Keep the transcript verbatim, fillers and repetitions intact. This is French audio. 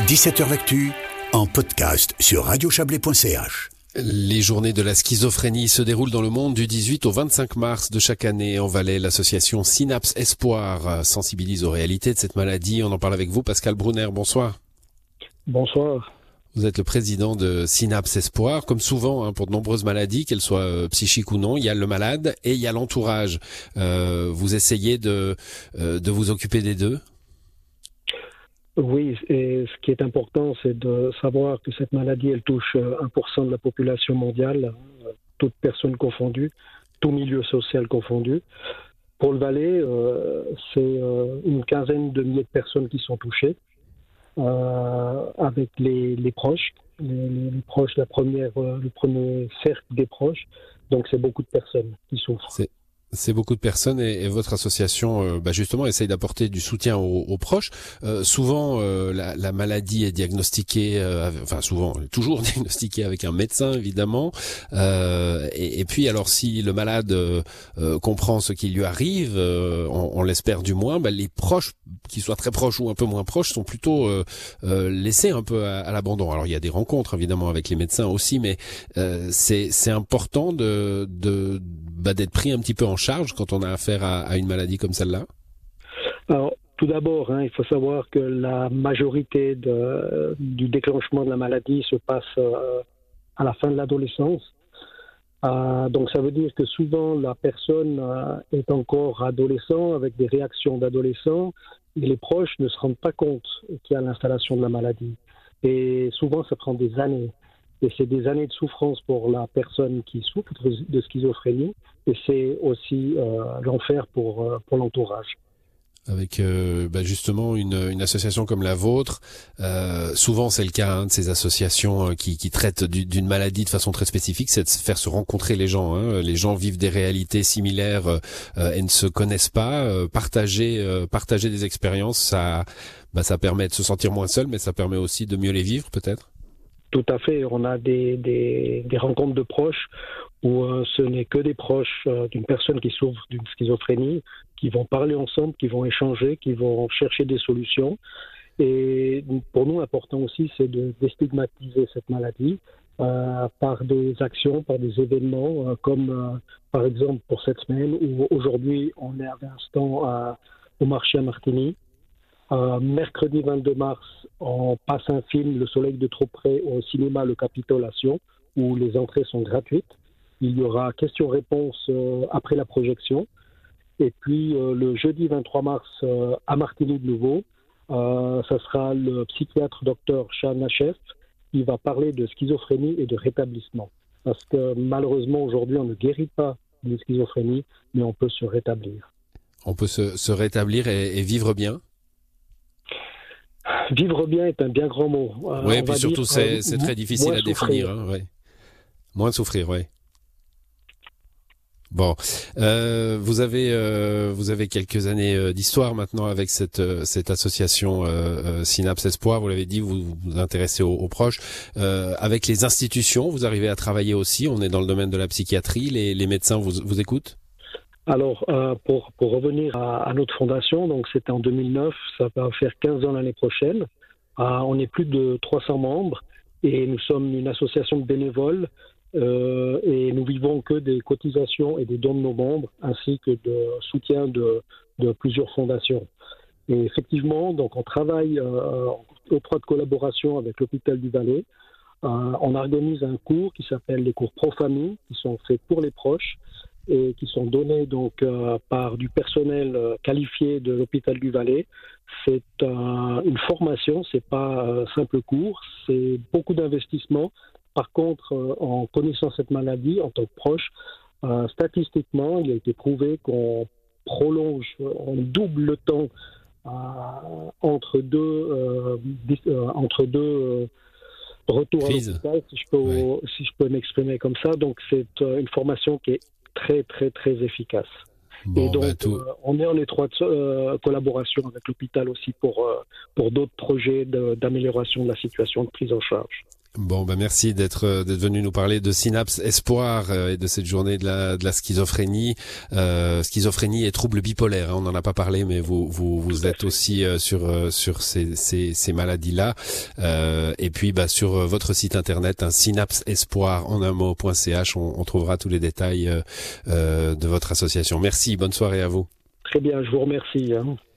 dix-sept heures L'actu, en podcast sur radio chablais point c h. Les journées de la schizophrénie se déroulent dans le monde du dix-huit au vingt-cinq mars de chaque année. En Valais, l'association Synapse Espoir sensibilise aux réalités de cette maladie. On en parle avec vous, Pascal Brunner. Bonsoir. Bonsoir. Vous êtes le président de Synapse Espoir. Comme souvent, hein, pour de nombreuses maladies, qu'elles soient euh, psychiques ou non, il y a le malade et il y a l'entourage. Euh, vous essayez de, euh, de vous occuper des deux ? Oui, et ce qui est important, c'est de savoir que cette maladie, elle touche un pour cent de la population mondiale, toutes personnes confondues, tout milieu social confondu. Pour le Valais, euh, c'est euh, une quinzaine de milliers de personnes qui sont touchées, euh, avec les, les proches, les, les, les proches, la première, euh, le premier cercle des proches. Donc c'est beaucoup de personnes qui souffrent. C'est... C'est beaucoup de personnes et, et votre association, euh, bah justement, essaye d'apporter du soutien aux, aux proches. Euh, souvent, euh, la, la maladie est diagnostiquée, euh, avec, enfin souvent, toujours diagnostiquée avec un médecin, évidemment. Euh, et, et puis, alors, si le malade euh, euh, comprend ce qui lui arrive, euh, on, on l'espère du moins, bah, les proches, qu'ils soient très proches ou un peu moins proches, sont plutôt euh, euh, laissés un peu à, à l'abandon. Alors, il y a des rencontres, évidemment, avec les médecins aussi, mais euh, c'est, c'est important de, de bah, d'être pris un petit peu en charge quand on a affaire à, à une maladie comme celle-là. Alors, tout d'abord, hein, il faut savoir que la majorité de, du déclenchement de la maladie se passe euh, à la fin de l'adolescence. Euh, donc, ça veut dire que souvent, la personne euh, est encore adolescent avec des réactions d'adolescent et les proches ne se rendent pas compte qu'il y a l'installation de la maladie. Et souvent, ça prend des années. Et c'est des années de souffrance pour la personne qui souffre de schizophrénie. Et c'est aussi euh, l'enfer pour, euh, pour l'entourage. Avec euh, bah justement une, une association comme la vôtre, euh, souvent c'est le cas hein, de ces associations euh, qui, qui traitent du, d'une maladie de façon très spécifique, c'est de faire se rencontrer les gens. Hein. Les gens vivent des réalités similaires euh, et ne se connaissent pas. Euh, partager, euh, partager des expériences, ça, bah, ça permet de se sentir moins seul, mais ça permet aussi de mieux les vivre peut-être. Tout à fait. On a des, des, des rencontres de proches où euh, ce n'est que des proches euh, d'une personne qui souffre d'une schizophrénie, qui vont parler ensemble, qui vont échanger, qui vont chercher des solutions. Et pour nous, important aussi, c'est de déstigmatiser cette maladie euh, par des actions, par des événements, euh, comme euh, par exemple pour cette semaine où aujourd'hui on est à l'instant à, au marché à Martigny. Euh, mercredi vingt-deux mars, on passe un film, Le Soleil de trop près, au cinéma Le Capitole à Sion, où les entrées sont gratuites. Il y aura questions-réponses euh, après la projection. Et puis euh, le jeudi vingt-trois mars, euh, à Martigny de nouveau, euh, ça sera le psychiatre docteur Shah Nachef qui va parler de schizophrénie et de rétablissement. Parce que malheureusement, aujourd'hui, on ne guérit pas d'une schizophrénie, mais on peut se rétablir. On peut se, se rétablir et, et vivre bien. Vivre bien est un bien grand mot. Euh, oui, et puis surtout, dire, c'est, c'est très difficile à définir. Hein, ouais. Moins de souffrir, oui. Bon, euh, vous avez euh, vous avez quelques années euh, d'histoire maintenant avec cette euh, cette association euh, euh, Synapse Espoir. Vous l'avez dit, vous vous intéressez aux, aux proches. Euh, avec les institutions, vous arrivez à travailler aussi. On est dans le domaine de la psychiatrie. Les, les médecins vous vous écoutent ? Alors, euh, pour, pour revenir à, à notre fondation, donc c'était en deux mille neuf, ça va faire quinze ans l'année prochaine. Euh, on est plus de trois cents membres et nous sommes une association de bénévoles euh, et nous vivons que des cotisations et des dons de nos membres ainsi que de soutien de, de plusieurs fondations. Et effectivement, donc on travaille euh, en étroite collaboration avec l'hôpital du Valais. Euh, on organise un cours qui s'appelle les cours Pro-Famille, qui sont faits pour les proches et qui sont donnés donc euh, par du personnel euh, qualifié de l'hôpital du Valais. C'est euh, une formation, c'est pas un simple cours, c'est beaucoup d'investissement. Par contre, euh, en connaissant cette maladie en tant que proche, euh, statistiquement, il a été prouvé qu'on prolonge, on double le temps euh, entre deux, euh, dis, euh, entre deux euh, retours Crise. à l'hôpital, si je peux, ouais. si je peux m'exprimer comme ça. Donc c'est euh, une formation qui est très très très efficace. Bon, et donc bah, tout... euh, on est en étroite euh, collaboration avec l'hôpital aussi pour euh, pour d'autres projets de, d'amélioration de la situation de prise en charge. Bon, bah merci d'être d'être venu nous parler de Synapse Espoir euh, et de cette journée de la de la schizophrénie, euh, schizophrénie et troubles bipolaires. Hein, on n'en a pas parlé, mais vous vous vous êtes aussi euh, sur euh, sur ces ces, ces maladies-là. Euh, et puis bah sur votre site internet, hein, synapse espoir en un mot point c h, on, on trouvera tous les détails euh, euh, de votre association. Merci, bonne soirée à vous. Très bien, je vous remercie. Hein.